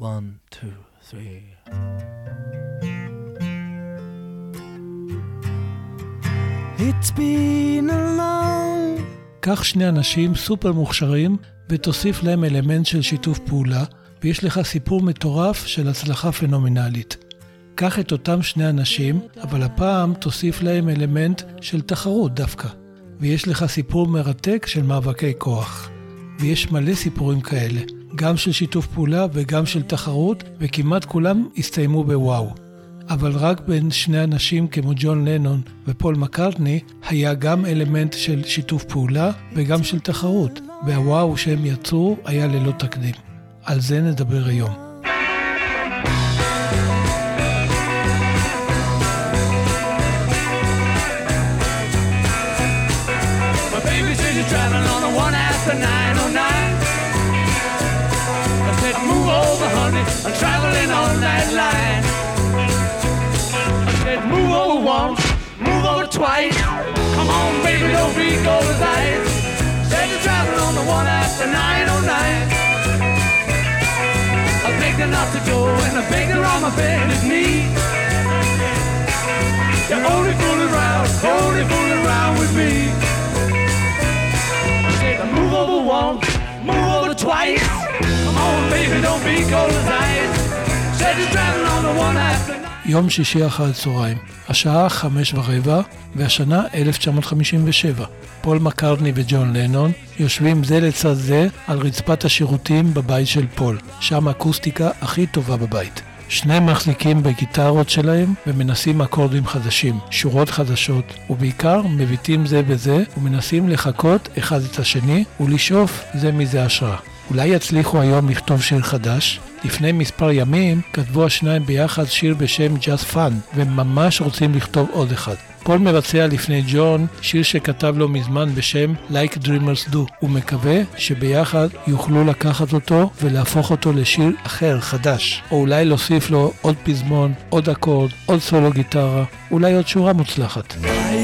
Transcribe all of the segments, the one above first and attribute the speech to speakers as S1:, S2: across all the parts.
S1: 1, 2, 3. It's been a long...
S2: קח שני אנשים סופר מוכשרים ותוסיף להם אלמנט של שיתוף פעולה, ויש לך סיפור מטורף של הצלחה פנומנלית. קח את אותם שני אנשים, אבל הפעם תוסיף להם אלמנט של תחרות דווקא. ויש לך סיפור מרתק של מאבקי כוח. ויש מלא סיפורים כאלה, גם של שיתוף פעולה וגם של תחרות, וכמעט כולם הסתיימו בוואו. אבל רק בין שני אנשים כמו ג'ון לנון ופול מקרטני היה גם אלמנט של שיתוף פעולה וגם של תחרות, והוואו שהם יצרו היה ללא תקדים. על זה נדבר היום.
S3: Traveling on the one after 909. I said move over honey, I'm traveling on that line. I said move over once, move over twice. Come on baby, don't be cold as ice. Said you're traveling on the one after 909. I begged her not to go and I begged her on my bended knee. You're only fooling around with me. Move over once, move over twice. Come on baby, don't be cold as ice. Said you're driving on the one after night.
S2: יום שישי אחר הצהריים, השעה 5:15, והשנה 1957. פול מקרטני וג'ון לנון יושבים זה לצד זה על רצפת השירותים בבית של פול, שם האקוסטיקה הכי טובה בבית. שניהם מחזיקים בגיטרות שלהם ומנסים אקורדים חדשים, שורות חדשות, ובעיקר מביטים זה בזה ומנסים לחכות אחד את השני ולשאוף זה מזה השראה. אולי יצליחו היום לכתוב שיר חדש? לפני מספר ימים כתבו השניים ביחד שיר בשם Just Fun, וממש רוצים לכתוב עוד אחד. פול מבצע לפני ג'ון שיר שכתב לו מזמן בשם Like Dreamers Do. הוא מקווה שביחד יוכלו לקחת אותו ולהפוך אותו לשיר אחר, חדש. או אולי להוסיף לו עוד פזמון, עוד אקורד, עוד סולו גיטרה, אולי עוד שורה מוצלחת.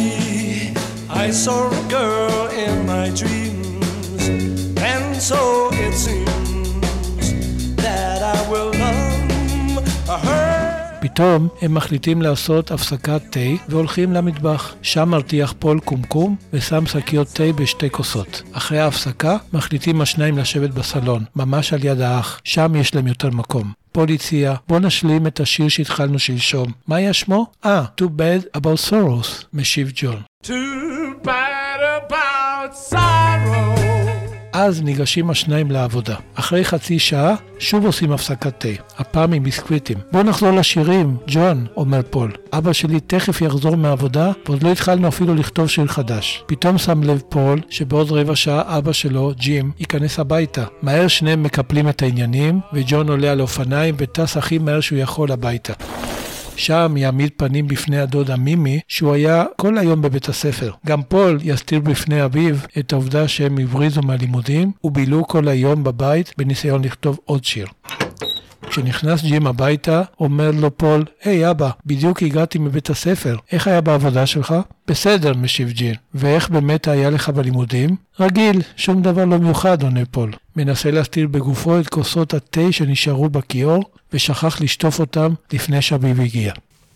S4: I saw a girl in my dreams, and so it seems that I will love her.
S2: פתאום הם מחליטים לעשות הפסקת תה והולכים למטבח. שם מרתיח פול קומקום ושם שקיות תה בשתי כוסות. אחרי ההפסקה מחליטים השניים לשבת בסלון, ממש על יד האח. שם יש להם יותר מקום. פול הציע, בוא נשלים את השיר שהתחלנו שלשום. מה היה שמו? Too Bad About Sorrows, משיב ג'ון.
S3: Too bad about sorrow.
S2: אז ניגשים השניים לעבודה. אחרי חצי שעה שוב עושים הפסקת תה, הפעם עם ביסקוויטים. בוא נחזור לשירים, ג'ון, אומר פול. אבא שלי תכף יחזור מהעבודה, ועוד לא התחלנו אפילו לכתוב שיר חדש. פתאום שם לב פול שבעוד רבע שעה אבא שלו, ג'ים, ייכנס הביתה. מהר שניהם מקפלים את העניינים, וג'ון עולה על אופניים וטס הכי מהר שהוא יכול הביתה. שם יעמיד פנים בפני הדודה מימי שהוא היה כל היום בבית הספר. גם פול יסתיר בפני אביו את העובדה שהם הבריזו מהלימודים ובילו כל היום בבית בניסיון לכתוב עוד שיר. כשנכנס ג'ים הביתה, אומר לו פול, היי אבא, בדיוק הגעתי מבית הספר, איך היה בעבודה שלך? בסדר, משיב ג'ים. ואיך באמת היה לך בלימודים? רגיל, שום דבר לא מיוחד, עונה פול. מנסה להסתיר בגופו את כוסות התה שנשארו בכיור, ושכח לשטוף אותם לפני שאביו הגיע.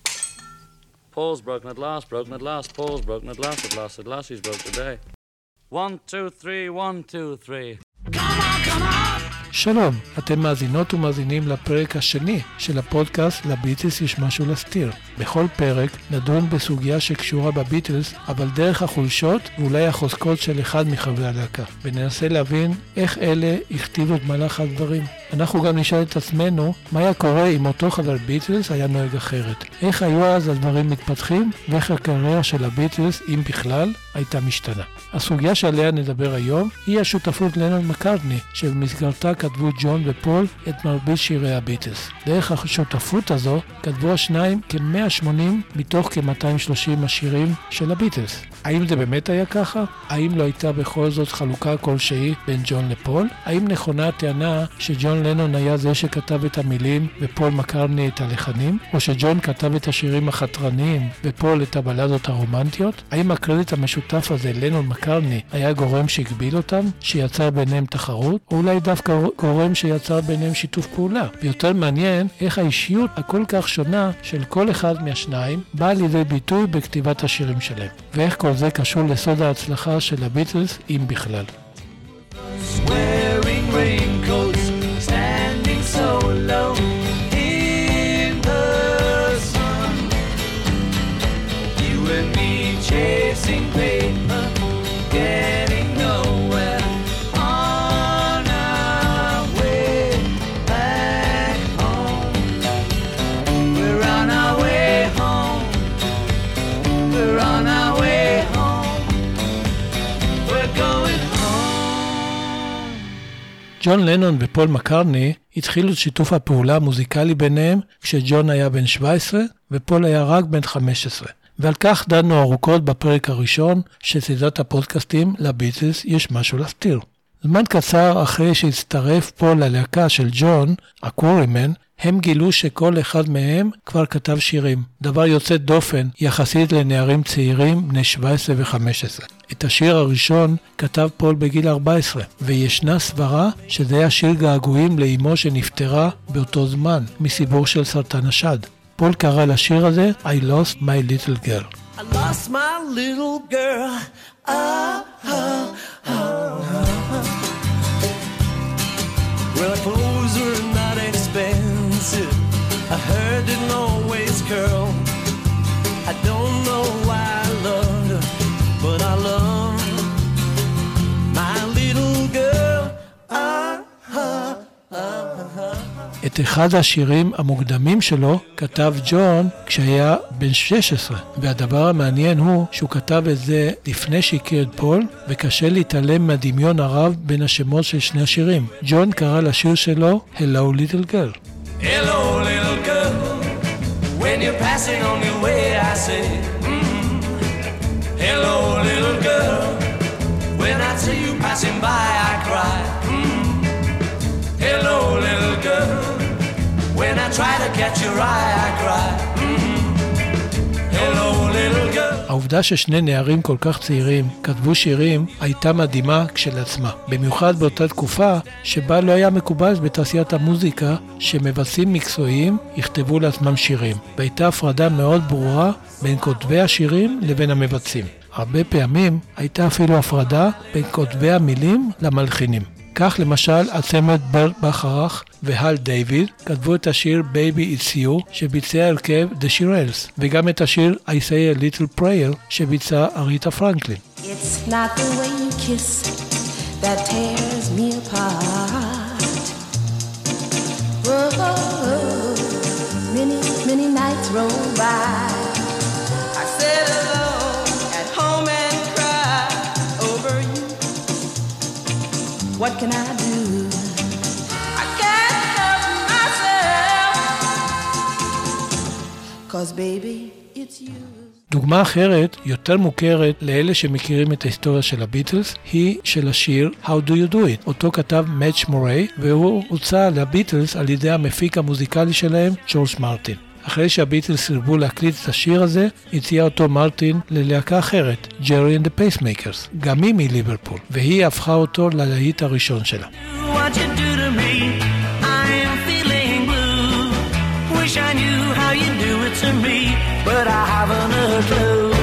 S5: Paul's broken at last, Paul's broken at last he's broke today. 1, 2, 3, 1, 2, 3.
S3: Come on.
S2: שלום, אתם מאזינות ומאזינים לפרק השני של הפודקאסט לביטלס יש משהו להסתיר. בכל פרק נדון בסוגיה שקשורה בביטלס, אבל דרך החולשות ואולי החוזקות של אחד מחברי הלהקה. וננסה להבין איך אלה הכתיבו את מהלך הדברים. אנחנו גם נשאל את עצמנו מה היה קורה אם אותו חבר ביטלס היה נוהג אחרת. איך היו אז הדברים מתפתחים ואיך הקריירה של הביטלס, אם בכלל, הייתה משתנה. הסוגיה שעליה נדבר היום היא השותפות לנון מקרטני, שבמסגרתה כתבו ג'ון ופול את מרבית שירי הביטלס. דרך השותפות הזו כתבו השניים כ-180 מתוך כ-230 השירים של הביטלס. האם זה באמת היה ככה? האם לא הייתה בכל זאת חלוקה כלשהי בין ג'ון לפול? האם נכונה הטענה שג'ון שג'ון לנון היה זה שכתב את המילים ופול מקרני את הלחנים, או שג'ון כתב את השירים החתרניים ופול את הבלדות הרומנטיות? האם הקרדיט המשותף הזה, לנון מקרני, היה גורם שהגביל אותם, שיצר ביניהם תחרות, או אולי דווקא גורם שיצר ביניהם שיתוף פעולה? ויותר מעניין איך האישיות הכל כך שונה של כל אחד מהשניים באה לידי ביטוי בכתיבת השירים שלהם, ואיך כל זה קשור לסוד ההצלחה של הביטלס, אם בכלל.
S3: Wearing raincoats, standing so low in the sun. You and me chasing paper, getting nowhere on our way back home. We're on our way home. We're on our way home. We're going home.
S2: ג'ון לנון ופול מקרני התחילו את שיתוף הפעולה המוזיקלי ביניהם כשג'ון היה בן 17 ופול היה רק בן 15. ועל כך דנו ארוכות בפרק הראשון של סדרת הפודקאסטים לביטלס יש משהו להסתיר. זמן קצר אחרי שהצטרף פול ללהקה של ג'ון, הקוורימן, הם גילו שכל אחד מהם כבר כתב שירים, דבר יוצא דופן יחסית לנערים צעירים בני 17 ו-15. את השיר הראשון כתב פול בגיל 14, וישנה סברה שזה היה שיר געגועים לאמו שנפטרה באותו זמן, מסיבור של סרטן השד. פול קרא לשיר הזה I Lost My Little Girl.
S4: I lost my little girl. Well, clothes were not expensive. Her hair didn't always curl. I don't know why I loved her, but I loved my little girl.
S2: את אחד השירים המוקדמים שלו כתב ג'ון כשהיה בן 16, והדבר המעניין הוא שהוא כתב את זה לפני שהכיר את פול, וקשה להתעלם מהדמיון הרב בין השמות של שני השירים. ג'ון קרא לשיר שלו Hello Little Girl.
S4: Hello, little girl. When you're passing on your way, I say, Hello, little girl. When I see you passing by, I cry, Hello, little girl. When I try to catch your eye, I cry, Hello, little girl.
S2: העובדה ששני נערים כל כך צעירים כתבו שירים הייתה מדהימה כשלעצמה, במיוחד באותה תקופה שבה לא היה מקובל בתעשיית המוזיקה שמבצעים מקצועיים יכתבו לעצמם שירים, והייתה הפרדה מאוד ברורה בין כותבי השירים לבין המבצעים. הרבה פעמים הייתה אפילו הפרדה בין כותבי המילים למלחינים. כך למשל הצמד ברט בחרך והל דיוויד כתבו את השיר Baby It's You שביצע הרכב The Shirelles, וגם את השיר I Say a Little Prayer שביצע אריתה פרנקלין.
S6: It's not the way you kiss that tears me apart. Whoa, many nights roll by. I sit alone at home and cry over you. What can I do? I can't help myself. 'Cause baby, it's you.
S2: דוגמה אחרת, יותר מוכרת לאלה שמכירים את ההיסטוריה של הביטלס, היא של השיר How Do You Do It. אותו כתב מאץ' מוריי, והוא הוצא לביטלס על ידי המפיק המוזיקלי שלהם, ג'ורג' מרטין. אחרי שהביטלס סירבו להקליט את השיר הזה, הציע אותו מרטין ללהקה אחרת, ג'רי and the Pacemakers, גם היא מליברפול, והיא הפכה אותו ללהיט הראשון שלה.
S3: What you do to me, I am feeling blue. Wish I knew how you do it to me, but I haven't a clue.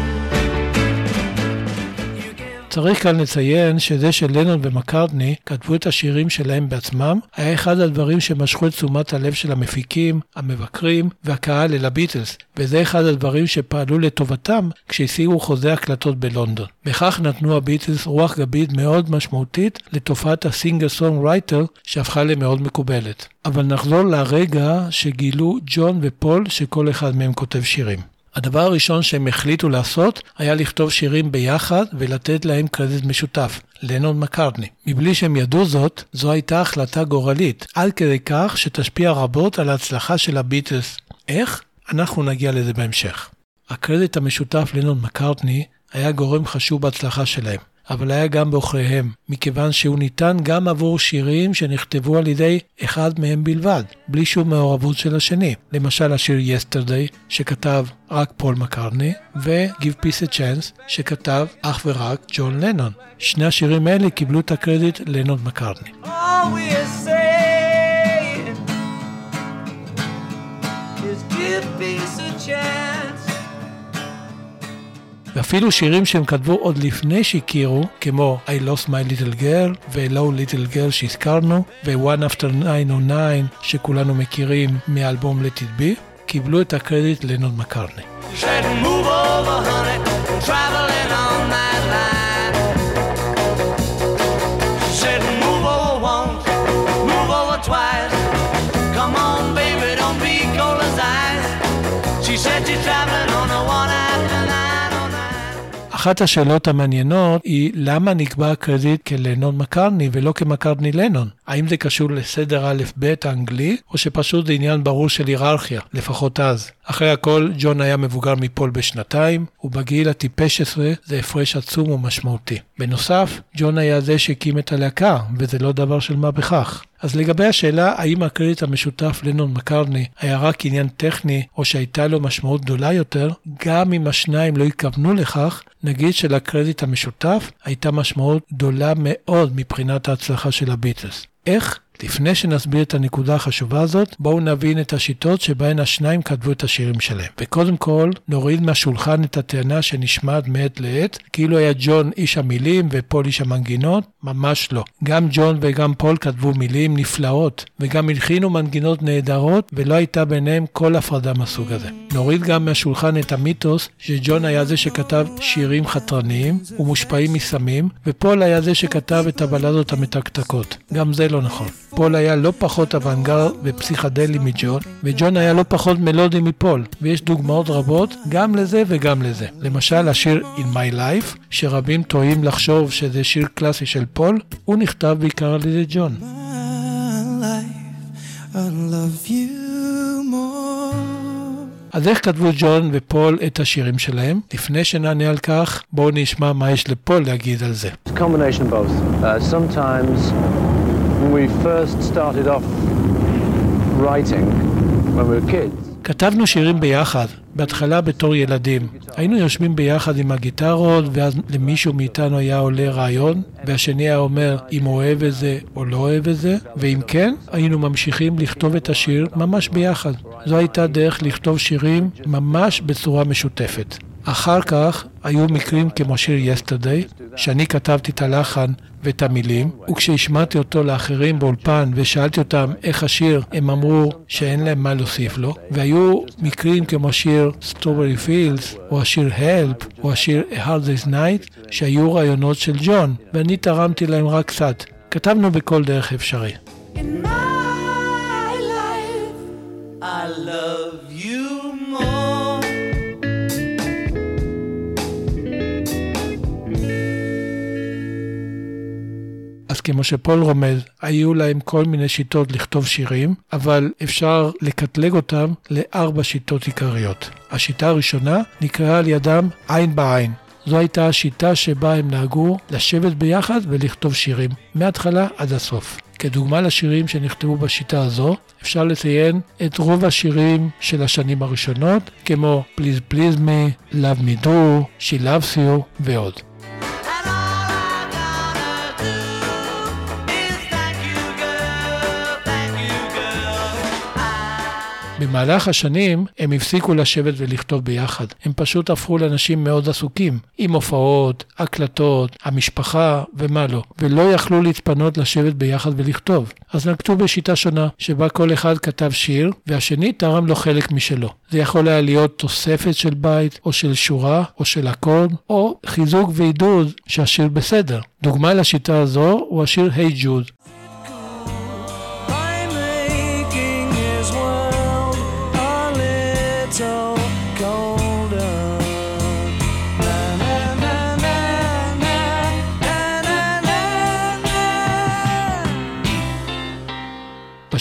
S2: צריך כאן לציין שזה שלנון ומקרטני כתבו את השירים שלהם בעצמם, היה אחד הדברים שמשכו את תשומת הלב של המפיקים, המבקרים והקהל אל הביטלס, וזה אחד הדברים שפעלו לטובתם כשהשיגו חוזה הקלטות בלונדון. בכך נתנו הביטלס רוח גבית מאוד משמעותית לתופעת הסינגר סונג רייטר שהפכה למאוד מקובלת. אבל נחזור לרגע שגילו ג'ון ופול שכל אחד מהם כותב שירים. הדבר הראשון שהם החליטו לעשות היה לכתוב שירים ביחד ולתת להם קרדיט משותף, לנון מקרטני. מבלי שהם ידעו זאת, זו הייתה החלטה גורלית, עד כדי כך שתשפיע רבות על ההצלחה של הביטלס. איך? אנחנו נגיע לזה בהמשך. הקרדיט המשותף לנון מקרטני היה גורם חשוב בהצלחה שלהם. אבל היה גם באוכריהם, מכיוון שהוא ניתן גם עבור שירים שנכתבו על ידי אחד מהם בלבד, בלי שום מעורבות של השני. למשל השיר Yesterday, שכתב רק פול מקרטני, ו-Give Peace a Chance, שכתב אך ורק ג'ון לנון. שני השירים האלה קיבלו את הקרדיט לנון מקרטני.
S4: All we are saying is give peace a chance.
S2: ואפילו שירים שהם כתבו עוד לפני שהכירו, כמו I Lost My Little Girl ו-Hello Little Girl שהזכרנו, ו-One After 909 שכולנו מכירים מאלבום Let It Be, קיבלו את הקרדיט לנון מקרטני.
S4: Said move over honey, traveling on that line. Said move over once, move over twice. Come on baby, don't be cold as ice. She said she's traveling on the one after 909.
S2: אחת השאלות המעניינות היא למה נקבע הקרדיט כלנון מקרטני ולא כמקרטני לנון? האם זה קשור לסדר א' ב' האנגלי, או שפשוט זה עניין ברור של היררכיה, לפחות אז? אחרי הכל, ג'ון היה מבוגר מפול בשנתיים, ובגיל הטיפש 10 זה הפרש עצום ומשמעותי. בנוסף, ג'ון היה זה שהקים את הלהקה, וזה לא דבר של מה בכך. אז לגבי השאלה האם הקרדיט המשותף לנון מקרטני היה רק עניין טכני או שהייתה לו משמעות גדולה יותר, גם אם השניים לא התכוונו לכך, נגיד שלקרדיט המשותף הייתה משמעות גדולה מאוד מבחינת ההצלחה של הביטלס. איך? לפני שנסביר את הנקודה החשובה הזאת, בואו נבין את השיטות שבהן השניים כתבו את השירים שלהם. וקודם כל, נוריד מהשולחן את הטענה שנשמעת מעת לעת, כאילו היה ג'ון איש המילים ופול איש המנגינות, ממש לא. גם ג'ון וגם פול כתבו מילים נפלאות, וגם הלחינו מנגינות נהדרות, ולא הייתה ביניהם כל הפרדה מסוג הזה. נוריד גם מהשולחן את המיתוס שג'ון היה זה שכתב שירים חתרניים ומושפעים מסמים, ופול היה זה שכתב את הבלדות המתקתקות. גם זה לא נכון. פול היה לא פחות אוונגרד ופסיכדלי מג'ון, וג'ון היה לא פחות מלודי מפול, ויש דוגמאות רבות גם לזה וגם לזה. למשל השיר In My Life, שרבים טועים לחשוב שזה שיר קלאסי של פול, הוא נכתב בעיקר על ידי ג'ון.
S1: My life, I love you more.
S2: אז איך כתבו ג'ון ופול את השירים שלהם? לפני שנענה על כך, בואו נשמע מה יש לפול להגיד על זה.
S7: It's a combination of both. Sometimes when we first started off writing when we were kids.
S2: כתבנו שירים ביחד, בהתחלה בתור ילדים. היינו יושבים ביחד עם הגיטרות, ואז למישהו מאיתנו היה עולה רעיון, והשני היה אומר אם הוא אוהב את זה או לא אוהב את זה, ואם כן, היינו ממשיכים לכתוב את השיר ממש ביחד. זו הייתה דרך לכתוב שירים ממש בצורה משותפת. אחר כך היו מקרים כמו שיר Yesterday, שאני כתבתי את הלחן ואת המילים, וכשהשמעתי אותו לאחרים באולפן ושאלתי אותם איך השיר, הם אמרו שאין להם מה להוסיף לו. והיו מקרים כמו שיר Strawberry Fields, או השיר Help, או השיר A Hard Day's Night, שהיו רעיונות של ג'ון, ואני תרמתי להם רק קצת. כתבנו בכל דרך אפשרי.
S4: In my life, I love you more.
S2: אז כמו שפול רומז, היו להם כל מיני שיטות לכתוב שירים, אבל אפשר לקטלג אותם ל4 שיטות עיקריות. השיטה הראשונה נקראה על ידם עין בעין. זו הייתה השיטה שבה הם נהגו לשבת ביחד ולכתוב שירים, מההתחלה עד הסוף. כדוגמה לשירים שנכתבו בשיטה הזו, אפשר לציין את רוב השירים של השנים הראשונות, כמו Please Please Me, Love Me Do, She Loves You ועוד. במהלך השנים הם הפסיקו לשבת ולכתוב ביחד. הם פשוט הפכו לאנשים מאוד עסוקים, עם הופעות, הקלטות, המשפחה ומה לא, ולא יכלו להתפנות לשבת ביחד ולכתוב. אז נקטו בשיטה שונה, שבה כל אחד כתב שיר, והשני תרם לו חלק משלו. זה יכול היה להיות תוספת של בית, או של שורה, או של אקורד, או חיזוק ועידוד שהשיר בסדר. דוגמה לשיטה הזו הוא השיר Hey Jude.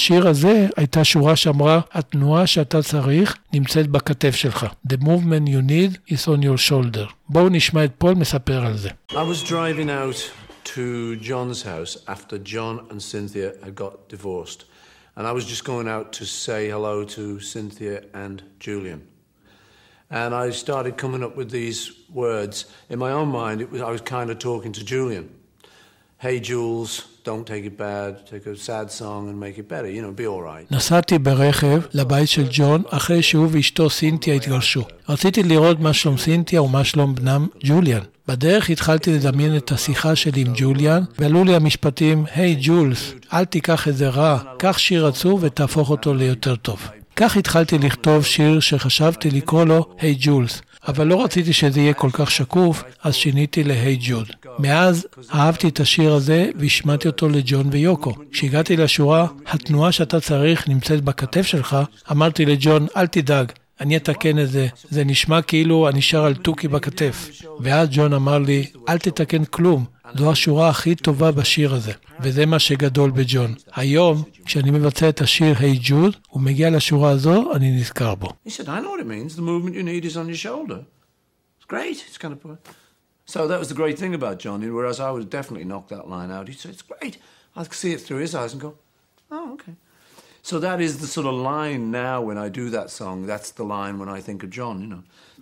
S2: בשיר הזה הייתה שורה שאמרה, התנועה שאתה צריך נמצאת בכתף שלך. The movement you need is on your shoulder. בואו נשמע את פול מספר על זה.
S8: I was driving out to John's house after John and Cynthia had got divorced. And I was just going out to say hello to Cynthia and Julian. And I started coming up with these words. In my own mind, I was kind of talking to Julian. Hey, Jules, don't take it bad. Take a sad song and make it better. You know, be all right.
S2: נסעתי ברכב לבית של ג'ון אחרי שהוא ואשתו סינתיה התגרשו. רציתי לראות מה שלום סינתיה ומה שלום בנם ג'וליאן. בדרך התחלתי לדמיין את השיחה שלי עם ג'וליאן, ועלו לי המשפטים, היי ג'ולס, אל תיקח את זה רע, קח שיר עצוב ותהפוך אותו ליותר טוב. כך התחלתי לכתוב שיר שחשבתי לקרוא לו היי ג'ולס, אבל לא רציתי שזה יהיה כל כך שקוף, אז שיניתי להי ג'וד. מאז אהבתי את השיר הזה והשמעתי אותו לג'ון ויוקו. כשהגעתי לשורה, התנועה שאתה צריך נמצאת בכתף שלך, אמרתי לג'ון, אל תדאג, אני אתקן את זה, זה נשמע כאילו אני שר על טוקי בכתף. ואז ג'ון אמר לי, אל תתקן כלום, זו השורה הכי טובה בשיר הזה. וזה מה שגדול בג'ון. היום, כשאני מבצע את השיר היי ג'וד, הוא מגיע לשורה הזו, אני נזכר בו.
S8: He said, I know what it means. The movement you need is on your shoulder. It's great. It's kind of... So that was the great thing about John, whereas I would definitely knock that line out. He'd say, it's great. I could see it through his eyes and go, oh, okay. So that is the sort of line now when I do that song. That's the line when I think of John, you know.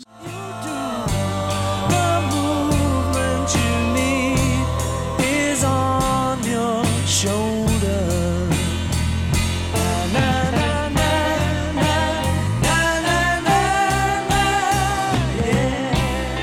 S4: The movement you need is on your shoulder. Na na na na na na na na. Yeah.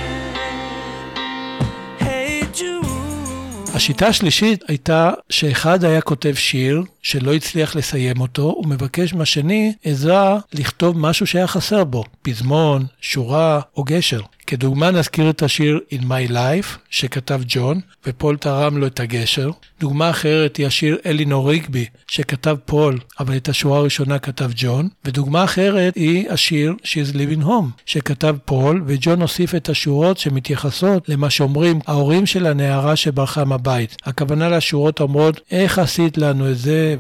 S4: Hey Jude.
S2: השיטה השלישית הייתה שאחד היה כותב שיר שלא הצליח לסיים אותו, הוא מבקש מהשני עזרה לכתוב משהו שהיה חסר בו, פזמון, שורה או גשר. כדוגמה נזכיר את השיר In My Life שכתב ג'ון ופול תרם לו את הגשר. דוגמה אחרת היא השיר אלינור ריגבי שכתב פול אבל את השורה הראשונה כתב ג'ון. ודוגמה אחרת היא השיר She's Living Home שכתב פול וג'ון הוסיף את השורות שמתייחסות למה שאומרים ההורים של הנערה שברחה מהבית. הכוונה לשורות אומרות איך עשית לנו את זה.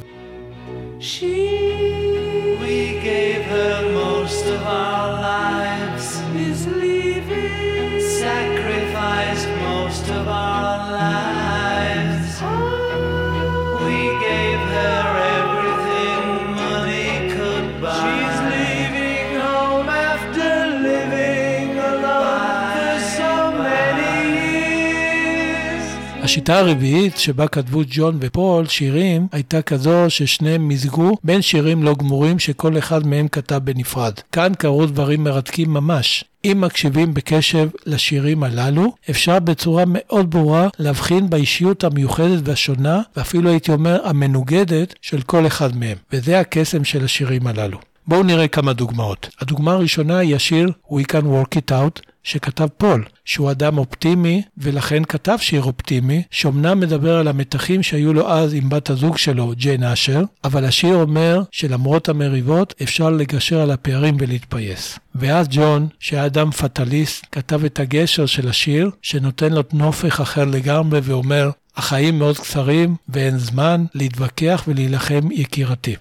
S4: We gave her most of our lives. Is leaving. Sacrificed most of our lives. We gave her everything money could buy. She's leaving home after living alone for so many years.
S2: השיטה הרביעית שבה כתבו ג'ון ופול שירים הייתה כזו ששניהם מזגו בין שירים לא גמורים שכל אחד מהם כתב בנפרד. כאן קרו דברים מרתקים ממש. אם מקשיבים בקשב לשירים הללו, אפשר בצורה מאוד ברורה להבחין באישיות המיוחדת והשונה, ואפילו הייתי אומר המנוגדת של כל אחד מהם. וזה הקסם של השירים הללו. בואו נראה כמה דוגמאות. הדוגמה הראשונה היא השיר We Can Work It Out שכתב פול, שהוא אדם אופטימי ולכן כתב שיר אופטימי, שאומנם מדבר על המתחים שהיו לו אז עם בת הזוג שלו, ג'יין אשר, אבל השיר אומר שלמרות המריבות אפשר לגשר על הפערים ולהתפייס. ואז ג'ון, שהיה אדם פטליסט, כתב את הגשר של השיר, שנותן לו נופך אחר לגמרי ואומר, החיים מאוד קצרים ואין זמן להתווכח ולהילחם יקירתי.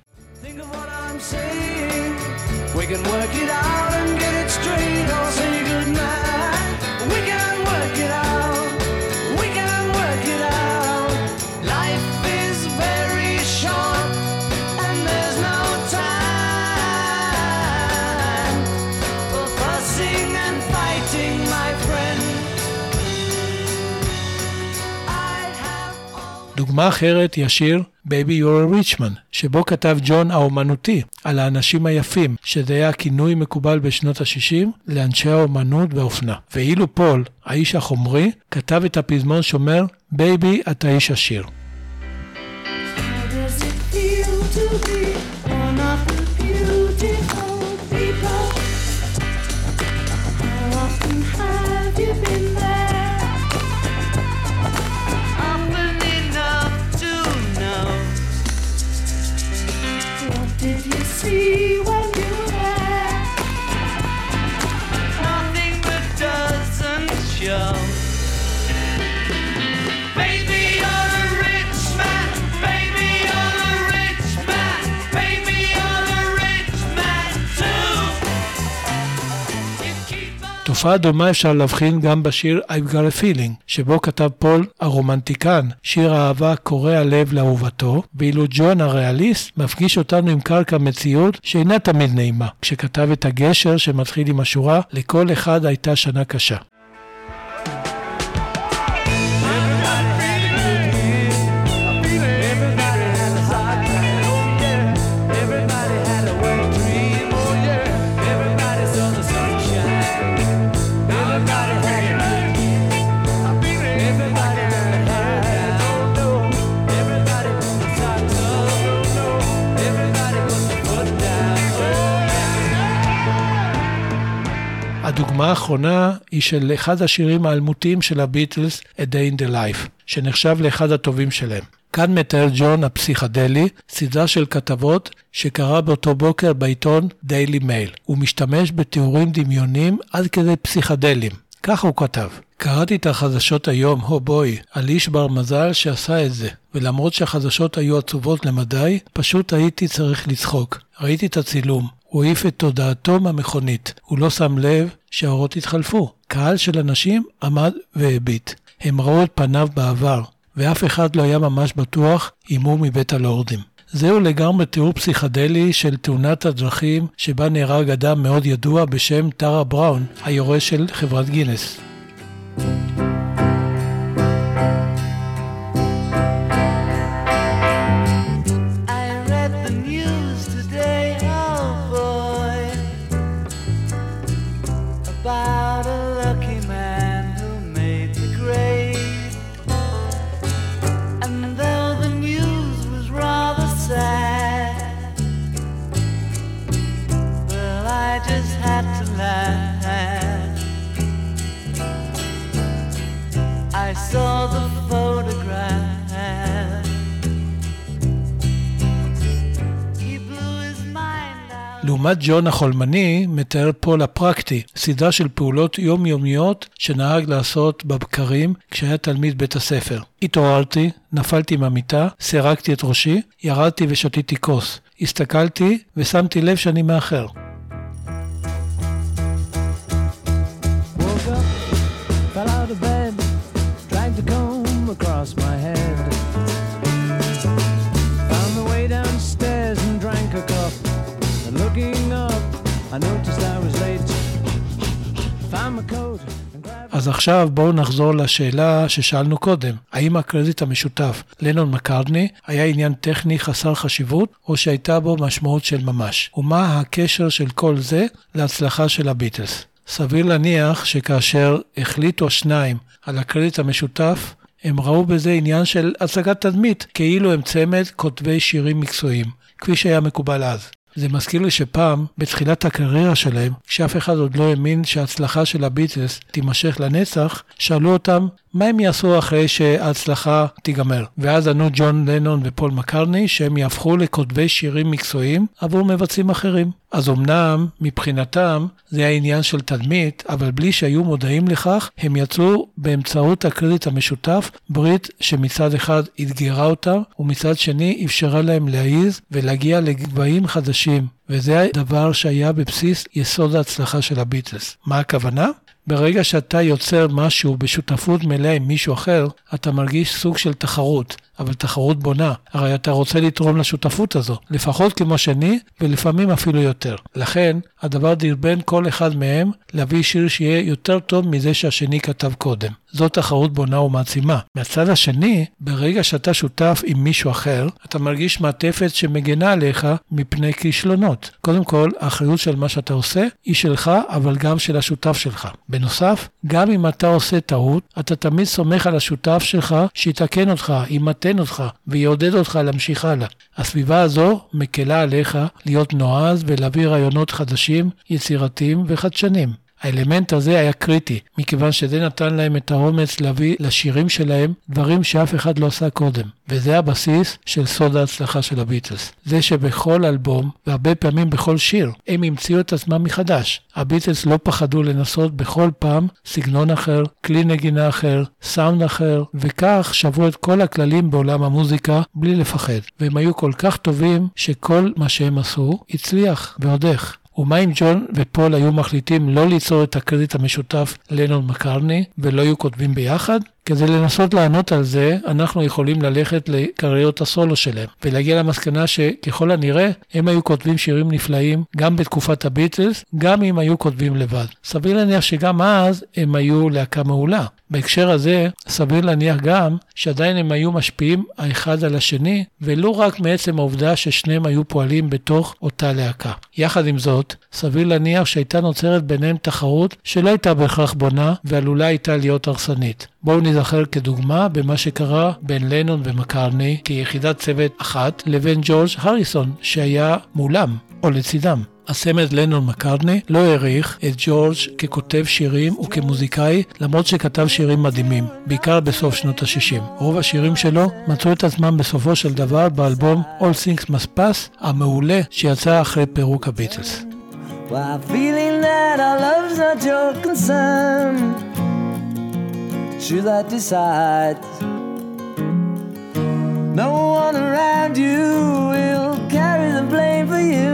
S4: We can work it out and get it straight or say goodnight. We can work it out. We can work it out. Life is very short and there's no time for fussing and fighting, my friend. I have all...
S2: דוגמה אחרת היא השיר Baby You're a Rich Man, שבו כתב ג'ון האומנותי על האנשים היפים, שזה היה כינוי מקובל בשנות ה-60 לאנשי האומנות והאופנה. ואילו פול, האיש החומרי, כתב את הפזמון שאומר, Baby, אתה איש עשיר.
S4: See when you have nothing that doesn't show. Baby, you're a rich man. Baby, you're a rich man.
S2: תופעה דומה אפשר להבחין גם בשיר I've Got a Feeling, שבו כתב פול הרומנטיקן, שיר אהבה קורע לב לאהובתו, ואילו ג'ון הריאליסט מפגיש אותנו עם קרקע מציאות שאינה תמיד נעימה, כשכתב את הגשר שמתחיל עם השורה, לכל אחד הייתה שנה קשה. הדוגמה האחרונה היא של אחד השירים האלמותיים של הביטלס, A Day in the Life, שנחשב לאחד הטובים שלהם. כאן מתאר ג'ון הפסיכדלי סדרה של כתבות שקרא באותו בוקר בעיתון דיילי מייל. הוא משתמש בתיאורים דמיונים עד כדי פסיכדלים. ככה הוא כתב: קראתי את החדשות היום, בוי, על איש בר מזל שעשה את זה, ולמרות שהחדשות היו עצובות למדי, פשוט הייתי צריך לצחוק. ראיתי את הצילום. הוא העיף את תודעתו מהמכונית. הוא לא שם לב שהאורות התחלפו. קהל של אנשים עמד והביט. הם ראו את פניו בעבר, ואף אחד לא היה ממש בטוח אם הוא מבית הלורדים. זהו לגמרי תיאור פסיכדלי של תאונת הדרכים שבה נהרג אדם מאוד ידוע בשם טרה בראון, היורש של חברת גינס.
S3: I saw the photograph. He blew his mind out.
S2: לעומת ג'ון החולמני מתאר פול הפרקטי, סדרה של פעולות יומיומיות שנהג לעשות בבקרים כשהיה תלמיד בית הספר. התעוררתי, נפלתי מהמיטה, סירקתי את ראשי, ירדתי ושתיתי כוס. הסתכלתי ושמתי לב שאני מאחר.
S9: Across my head, found the way downstairs and drank a cup, and looking up I noticed I was late, found my coat.
S2: אז עכשיו בואו נחזור לשאלה ששאלנו קודם. האם הקרדיט המשותף לנון מקארטני היה עניין טכני חסר חשיבות, או שהייתה בו משמעות של ממש? ומה הקשר של כל זה להצלחה של הביטלס? סביר להניח שכאשר החליטו השניים על הקרדיט המשותף, הם ראו בזה עניין של הצגת תדמית, כאילו הם צמד כותבי שירים מקצועיים, כפי שהיה מקובל אז. זה מזכיר לי שפעם, בתחילת הקריירה שלהם, כשאף אחד עוד לא האמין שההצלחה של הביטלס תימשך לנצח, שאלו אותם מה הם יעשו אחרי שההצלחה תיגמר. ואז ענו ג'ון לנון ופול מקארטני שהם יהפכו לכותבי שירים מקצועיים עבור מבצעים אחרים. אז אמנם מבחינתם זה היה עניין של תדמית, אבל בלי שהיו מודעים לכך, הם יצרו באמצעות הקרדיט המשותף ברית שמצד אחד התגרה אותם, ומצד שני אפשרה להם להעיז ולהגיע לגבהים חדשים. וזה הדבר שהיה בבסיס יסוד ההצלחה של הביטלס. מה הכוונה? ברגע שאתה יוצר משהו בשותפות מלאה עם מישהו אחר, אתה מרגיש סוג של תחרות, אבל תחרות בונה. הרי אתה רוצה לתרום לשותפות הזו, לפחות כמו שני, ולפעמים אפילו יותר. לכן, הדבר דרבן כל אחד מהם להביא שיר שיהיה יותר טוב מזה שהשני כתב קודם. זו תחרות בונה ומעצימה. מהצד השני, ברגע שאתה שותף עם מישהו אחר, אתה מרגיש מעטפת שמגנה עליך מפני כישלונות. קודם כל, האחריות של מה שאתה עושה היא שלך, אבל גם של השותף שלך. בנוסף, גם אם אתה עושה טעות, אתה תמיד סומך על השותף שלך שיתקן אותך, ימתן אותך ויעודד אותך להמשיך הלאה. הסביבה הזו מקלה עליך להיות נועז ולהביא רעיונות חדשים, יצירתיים וחדשנים. האלמנט הזה היה קריטי, מכיוון שזה נתן להם את האומץ להביא לשירים שלהם דברים שאף אחד לא עשה קודם. וזה הבסיס של סוד ההצלחה של הביטלס. זה שבכל אלבום, והרבה פעמים בכל שיר, הם המציאו את עצמם מחדש. הביטלס לא פחדו לנסות בכל פעם סגנון אחר, כלי נגינה אחר, סאונד אחר, וכך שברו את כל הכללים בעולם המוזיקה בלי לפחד. והם היו כל כך טובים שכל מה שהם עשו הצליח ועוד איך. ומה אם ג'ון ופול היו מחליטים לא ליצור את הקרדיט המשותף לנון מקרטני ולא היו כותבים ביחד? כדי לנסות לענות על זה, אנחנו יכולים ללכת לקריירות הסולו שלהם, ולהגיע למסקנה שככל הנראה, הם היו כותבים שירים נפלאים, גם בתקופת הביטלס, גם אם היו כותבים לבד. סביר להניח שגם אז הם היו להקה מעולה. בהקשר הזה, סביר להניח גם שעדיין הם היו משפיעים האחד על השני, ולא רק מעצם העובדה ששניהם היו פועלים בתוך אותה להקה. יחד עם זאת, סביר להניח שהייתה נוצרת ביניהם תחרות שלא הייתה בהכרח בונה, ועלולה הייתה להיות הרסנית. בואו נזכר כדוגמה במה שקרה בין לנון ומקרטני כיחידת צוות אחת לבין ג'ורג' הריסון שהיה מולם או לצידם. הסמד לנון מקרטני לא העריך את ג'ורג' ככותב שירים וכמוזיקאי, למרות שכתב שירים מדהימים, בעיקר בסוף שנות ה-60. רוב השירים שלו מצאו את עצמם בסופו של דבר באלבום All Things Must Pass המעולה שיצא אחרי פירוק הביטלס.
S9: While feeling that our love's not your concern, she that decides no one around you will carry the blame for you.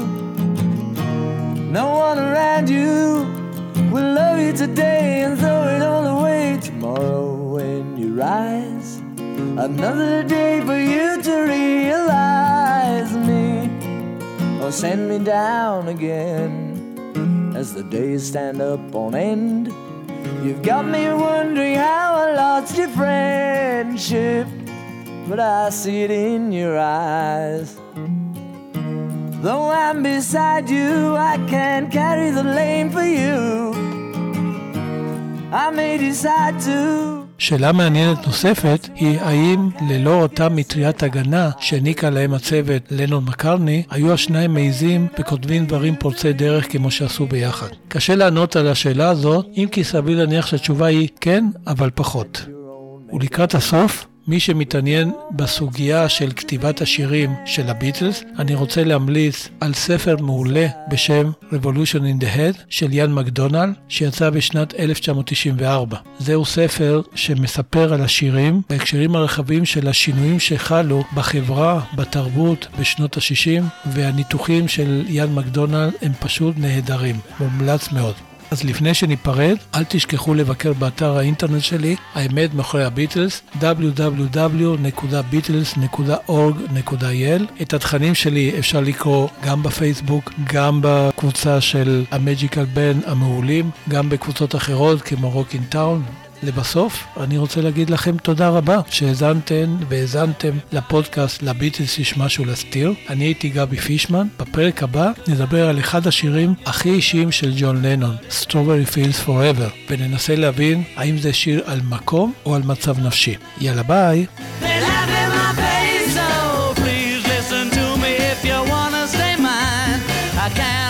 S9: No one around you will love you today and throw it all away tomorrow when you rise. Another day for you to realize me or send me down again as the days stand up on end. You've got me wondering how I lost your friendship, but I see it in your eyes. Though I'm beside you, I can't carry the blame for you. I may decide to.
S2: שאלה מעניינת נוספת היא האם ללא אותה מטריית הגנה שהעניקה להם הצוות לנון מקרטני, היו השניים מעיזים וכותבים דברים פורצי דרך כמו שעשו ביחד. קשה לענות על השאלה הזאת, אם כי סביר להניח שהתשובה היא כן, אבל פחות. ולקראת הסוף, מי שמתעניין בסוגיה של כתיבת השירים של הביטלס, אני רוצה להמליץ על ספר מעולה בשם Revolution in the Head של יאן מקדונלד, שיצא בשנת 1994. זהו ספר שמספר על השירים בהקשרים הרחבים של השינויים שחלו בחברה, בתרבות, בשנות ה-60, והניתוחים של יאן מקדונלד הם פשוט נהדרים, מומלץ מאוד. אז לפני שניפרד, אל תשכחו לבקר באתר האינטרנט שלי, האמת מאחורי הביטלס, www.beatles.org.il. את התכנים שלי אפשר לקרוא גם בפייסבוק, גם בקבוצה של המג'יקל בן המעולים, גם בקבוצות אחרות כמו רוקין טאון. לבסוף, אני רוצה להגיד לכם תודה רבה שהאזנתם והאזנתם לפודקאסט לביטלס יש משהו להסתיר. אני הייתי גבי פישמן. בפרק הבא נדבר על אחד השירים הכי אישיים של ג'ון לנון, Strawberry Fields Forever, וננסה להבין האם זה שיר על מקום או על מצב נפשי. יאללה ביי.
S3: I can't